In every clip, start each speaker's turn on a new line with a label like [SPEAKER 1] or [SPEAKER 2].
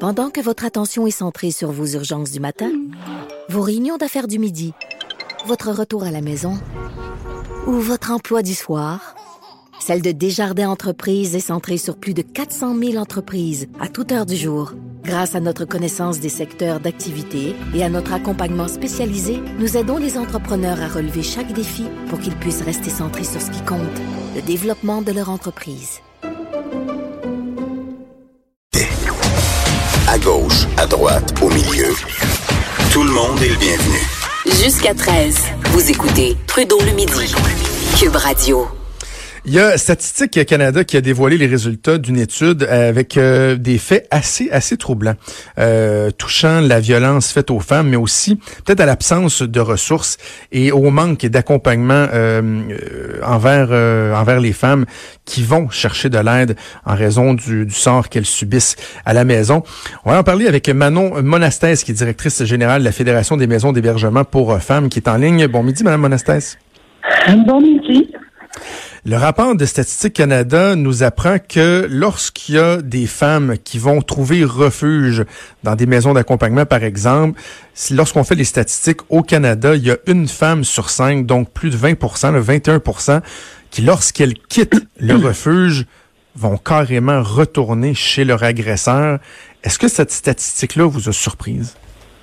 [SPEAKER 1] Pendant que votre attention est centrée sur vos urgences du matin, vos réunions d'affaires du midi, votre retour à la maison ou votre emploi du soir, celle de Desjardins Entreprises est centrée sur plus de 400 000 entreprises à toute heure du jour. Grâce à notre connaissance des secteurs d'activité et à notre accompagnement spécialisé, nous aidons les entrepreneurs à relever chaque défi pour qu'ils puissent rester centrés sur ce qui compte, le développement de leur entreprise.
[SPEAKER 2] À gauche, à droite, au milieu, tout le monde est le bienvenu.
[SPEAKER 3] Jusqu'à 13, vous écoutez Trudeau le midi, Cube Radio.
[SPEAKER 4] Il y a Statistique Canada qui a dévoilé les résultats d'une étude avec des faits assez troublants, touchant la violence faite aux femmes, mais aussi peut-être à l'absence de ressources et au manque d'accompagnement envers les femmes qui vont chercher de l'aide en raison du sort qu'elles subissent à la maison. On va en parler avec Manon Monastès, qui est directrice générale de la Fédération des maisons d'hébergement pour femmes, qui est en ligne. Bon midi, Madame Monastès.
[SPEAKER 5] Bon midi.
[SPEAKER 4] Le rapport de Statistique Canada nous apprend que lorsqu'il y a des femmes qui vont trouver refuge dans des maisons d'accompagnement, par exemple, lorsqu'on fait les statistiques au Canada, il y a une femme sur 5, donc plus de 20%, 21%, qui, lorsqu'elles quittent le refuge, vont carrément retourner chez leur agresseur. Est-ce que cette statistique-là vous a surprise?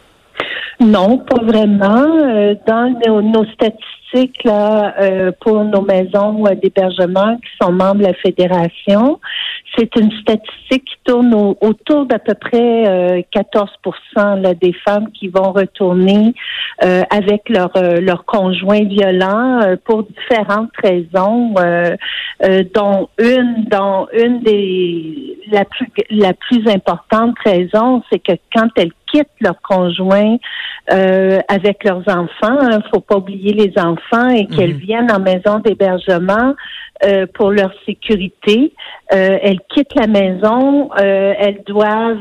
[SPEAKER 5] Non, pas vraiment. Dans nos statistiques là, pour nos maisons d'hébergement qui sont membres de la Fédération, c'est une statistique qui tourne autour d'à peu près 14% là, des femmes qui vont retourner avec leur conjoint violent pour différentes raisons, dont une des la plus importante raison, c'est que quand elles quittent leur conjoint avec leurs enfants, faut pas oublier les enfants, et qu'elles viennent en maison d'hébergement pour leur sécurité. Elles quittent la maison, elles doivent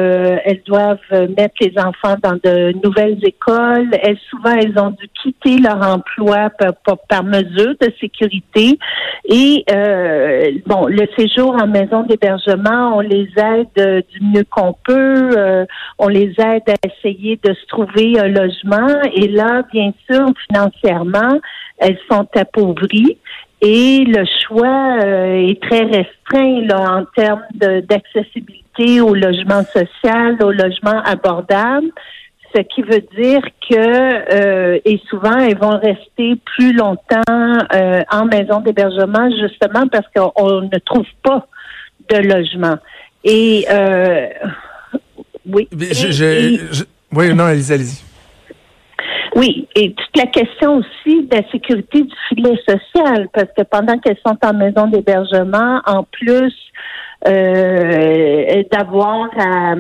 [SPEAKER 5] mettre les enfants dans de nouvelles écoles. Elles ont dû quitter leur emploi par mesure de sécurité. Et le séjour en maison d'hébergement, on les aide du mieux qu'on peut. On les aide à essayer de se trouver un logement. Et là, bien sûr, financièrement, elles sont appauvries. Et le choix est très restreint là, en termes d'accessibilité au logement social, au logement abordable, ce qui veut dire que et souvent elles vont rester plus longtemps en maison d'hébergement, justement parce qu'on ne trouve pas de logement. Et oui.
[SPEAKER 4] Oui, non, allez-y.
[SPEAKER 5] Oui, et toute la question aussi de la sécurité du filet social, parce que pendant qu'elles sont en maison d'hébergement, en plus d'avoir à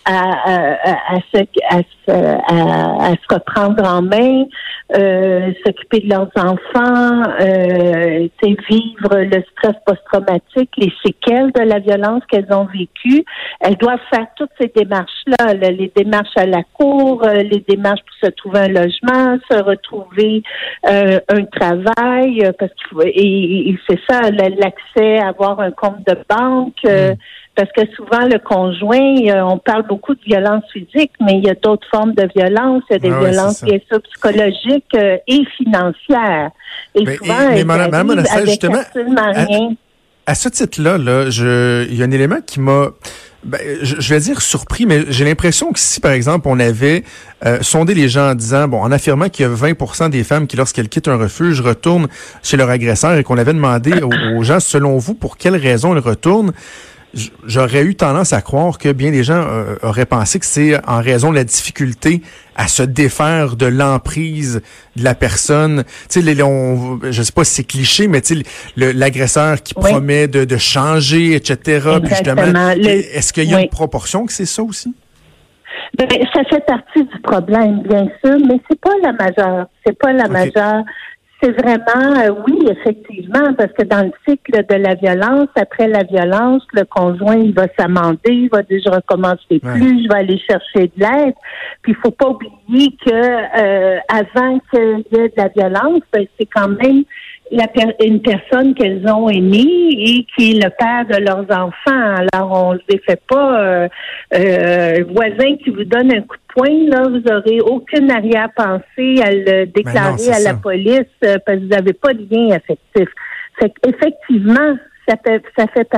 [SPEAKER 5] se reprendre en main, s'occuper de leurs enfants, vivre le stress post-traumatique, les séquelles de la violence qu'elles ont vécues. Elles doivent faire toutes ces démarches-là, les démarches à la cour, les démarches pour se trouver un logement, se retrouver un travail, parce qu'il c'est ça, l'accès à avoir un compte de banque. Parce que souvent, le conjoint, on parle beaucoup de violence physique, mais il y a d'autres formes de violence. Il y a des violences, bien sûr, psychologiques et financières. Et souvent,
[SPEAKER 4] Madame Monastès, justement,
[SPEAKER 5] rien.
[SPEAKER 4] À ce titre-là, il y a un élément qui m'a... je vais dire surpris, mais j'ai l'impression que si, par exemple, on avait sondé les gens en disant, en affirmant qu'il y a 20% des femmes qui, lorsqu'elles quittent un refuge, retournent chez leur agresseur, et qu'on avait demandé aux gens, selon vous, pour quelles raisons elles retournent, j'aurais eu tendance à croire que bien des gens auraient pensé que c'est en raison de la difficulté à se défaire de l'emprise de la personne. Tu sais, je sais pas si c'est cliché, mais tu sais, l'agresseur qui promet de changer, etc. Puis justement, est-ce qu'il y a une proportion que c'est ça aussi?
[SPEAKER 5] Ben, ça fait partie du problème, bien sûr, mais c'est pas la majeure. C'est pas la majeure. C'est vraiment, oui, effectivement, parce que dans le cycle de la violence, après la violence, le conjoint, il va s'amender, il va dire, je recommencerai plus, je vais aller chercher de l'aide. Puis, il faut pas oublier que avant qu'il y ait de la violence, ben, c'est quand même une personne qu'elles ont aimée et qui est le père de leurs enfants. Alors, on ne les fait pas voisin qui vous donne un coup de poing, là, vous n'aurez aucune arrière-pensée à le déclarer à la police parce que vous n'avez pas de lien affectif. Fait qu'effectivement, ça fait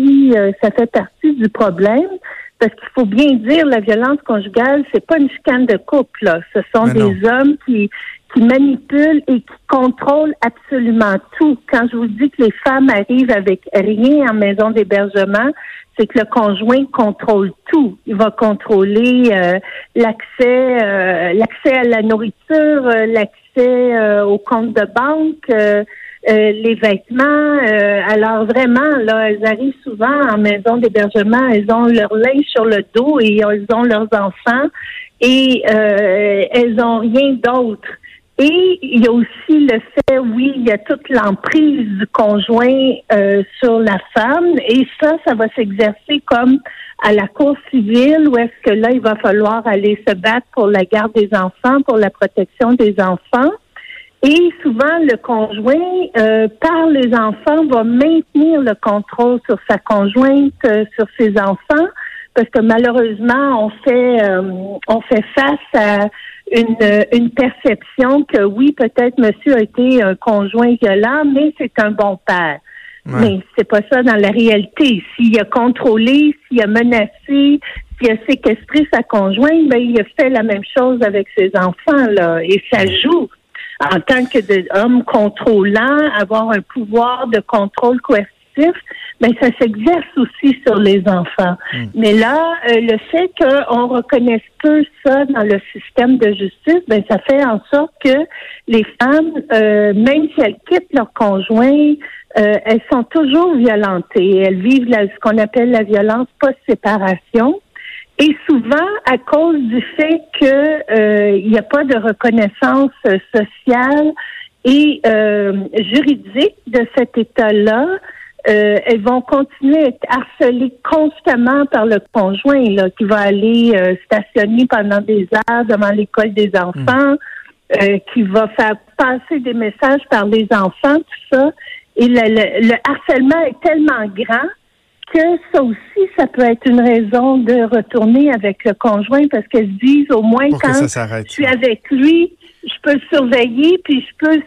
[SPEAKER 5] partie du problème. Parce qu'il faut bien dire, la violence conjugale, c'est pas une chicane de couple, là. Ce sont des hommes qui manipulent et qui contrôlent absolument tout. Quand je vous dis que les femmes arrivent avec rien en maison d'hébergement, c'est que le conjoint contrôle tout. Il va contrôler l'accès à la nourriture, l'accès au compte de banque, les vêtements. Alors vraiment, là, elles arrivent souvent en maison d'hébergement, elles ont leur linge sur le dos et elles ont leurs enfants et elles ont rien d'autre. Et il y a aussi le fait, oui, il y a toute l'emprise du conjoint sur la femme et ça va s'exercer comme à la cour civile où est-ce que là, il va falloir aller se battre pour la garde des enfants, pour la protection des enfants. Et souvent, le conjoint, par les enfants, va maintenir le contrôle sur sa conjointe, sur ses enfants, parce que malheureusement, on fait face à une perception que oui, peut-être monsieur a été un conjoint violent, mais c'est un bon père. Ouais. Mais c'est pas ça dans la réalité. S'il a contrôlé, s'il a menacé, s'il a séquestré sa conjointe, ben il a fait la même chose avec ses enfants, là, et ça joue. En tant qu'homme contrôlant, avoir un pouvoir de contrôle coercitif, ben ça s'exerce aussi sur les enfants. Mais là, le fait qu'on reconnaisse peu ça dans le système de justice, ben ça fait en sorte que les femmes, même si elles quittent leur conjoint, elles sont toujours violentées. Elles vivent ce qu'on appelle la violence post-séparation. Et souvent, à cause du fait que il n'y a pas de reconnaissance sociale et juridique de cet état-là, elles vont continuer à être harcelées constamment par le conjoint, là, qui va aller stationner pendant des heures devant l'école des enfants, qui va faire passer des messages par les enfants, tout ça. Et le harcèlement est tellement grand que ça aussi, ça peut être une raison de retourner avec le conjoint parce qu'elles se disent au moins quand je suis avec lui, je peux le surveiller, puis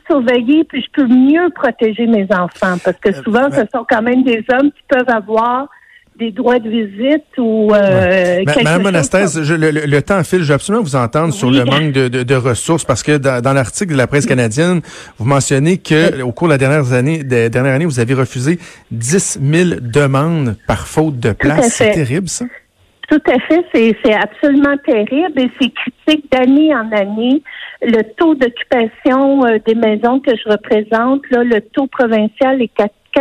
[SPEAKER 5] je peux mieux protéger mes enfants. Parce que souvent, ce sont quand même des hommes qui peuvent avoir des droits de visite ou quelque
[SPEAKER 4] Madame
[SPEAKER 5] chose.
[SPEAKER 4] Monastès, le temps file. Je veux absolument vous entendre sur le manque de ressources parce que dans l'article de la presse canadienne, vous mentionnez que au cours de la dernière année, vous avez refusé 10 000 demandes par faute de place. C'est terrible, ça?
[SPEAKER 5] Tout à fait, c'est absolument terrible et c'est critique d'année en année. Le taux d'occupation des maisons que je représente, là, le taux provincial est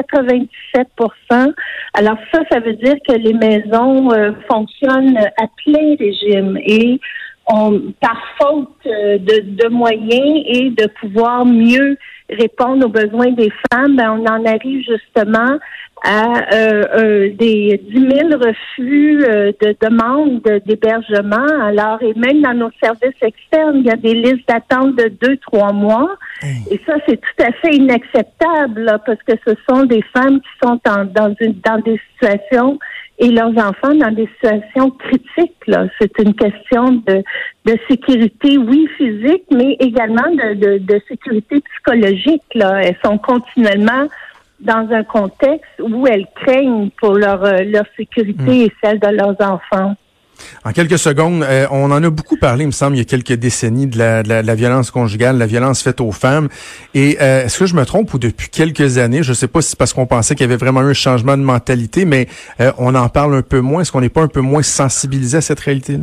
[SPEAKER 5] 97%. Alors ça veut dire que les maisons fonctionnent à plein régime et par faute de moyens et de pouvoir mieux répondre aux besoins des femmes, ben, on en arrive justement à des 10 000 refus de demandes d'hébergement. Alors, et même dans nos services externes, il y a des listes d'attente de 2-3 mois. Et ça, c'est tout à fait inacceptable là, parce que ce sont des femmes qui sont dans des situations et leurs enfants dans des situations critiques. Là. C'est une question de sécurité, oui, physique, mais également de sécurité psychologique. Là. Elles sont continuellement dans un contexte où elles craignent pour leur sécurité et celle de leurs enfants.
[SPEAKER 4] En quelques secondes, on en a beaucoup parlé, il me semble, il y a quelques décennies de la violence conjugale, la violence faite aux femmes. Et est-ce que je me trompe ou depuis quelques années, je ne sais pas si c'est parce qu'on pensait qu'il y avait vraiment eu un changement de mentalité, mais on en parle un peu moins. Est-ce qu'on n'est pas un peu moins sensibilisé à cette réalité-là?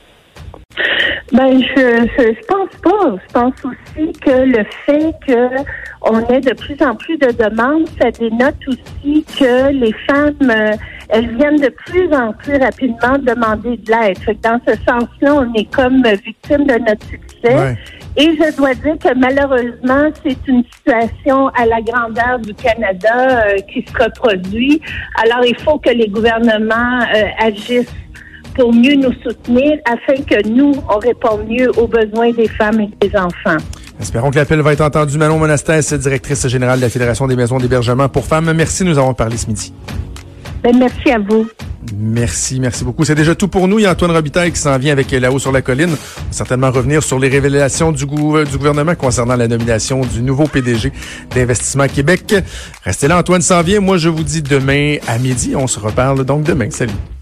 [SPEAKER 5] Ben, je pense pas. Je pense aussi que le fait qu'on ait de plus en plus de demandes, ça dénote aussi que les femmes, elles viennent de plus en plus rapidement demander de l'aide. Fait que dans ce sens-là, on est comme victime de notre succès. Ouais. Et je dois dire que malheureusement, c'est une situation à la grandeur du Canada qui se reproduit. Alors, il faut que les gouvernements agissent pour mieux nous soutenir afin que nous, on réponde mieux aux besoins des femmes et des enfants.
[SPEAKER 4] Espérons que l'appel va être entendu. Manon Monastès, directrice générale de la Fédération des maisons d'hébergement pour femmes. Merci de nous avoir parlé ce midi.
[SPEAKER 5] Merci à vous.
[SPEAKER 4] Merci beaucoup. C'est déjà tout pour nous. Il y a Antoine Robitaille qui s'en vient avec Là-haut sur la colline. On va certainement revenir sur les révélations du gouvernement concernant la nomination du nouveau PDG d'Investissement Québec. Restez là, Antoine s'en vient. Moi, je vous dis demain à midi. On se reparle donc demain. Salut.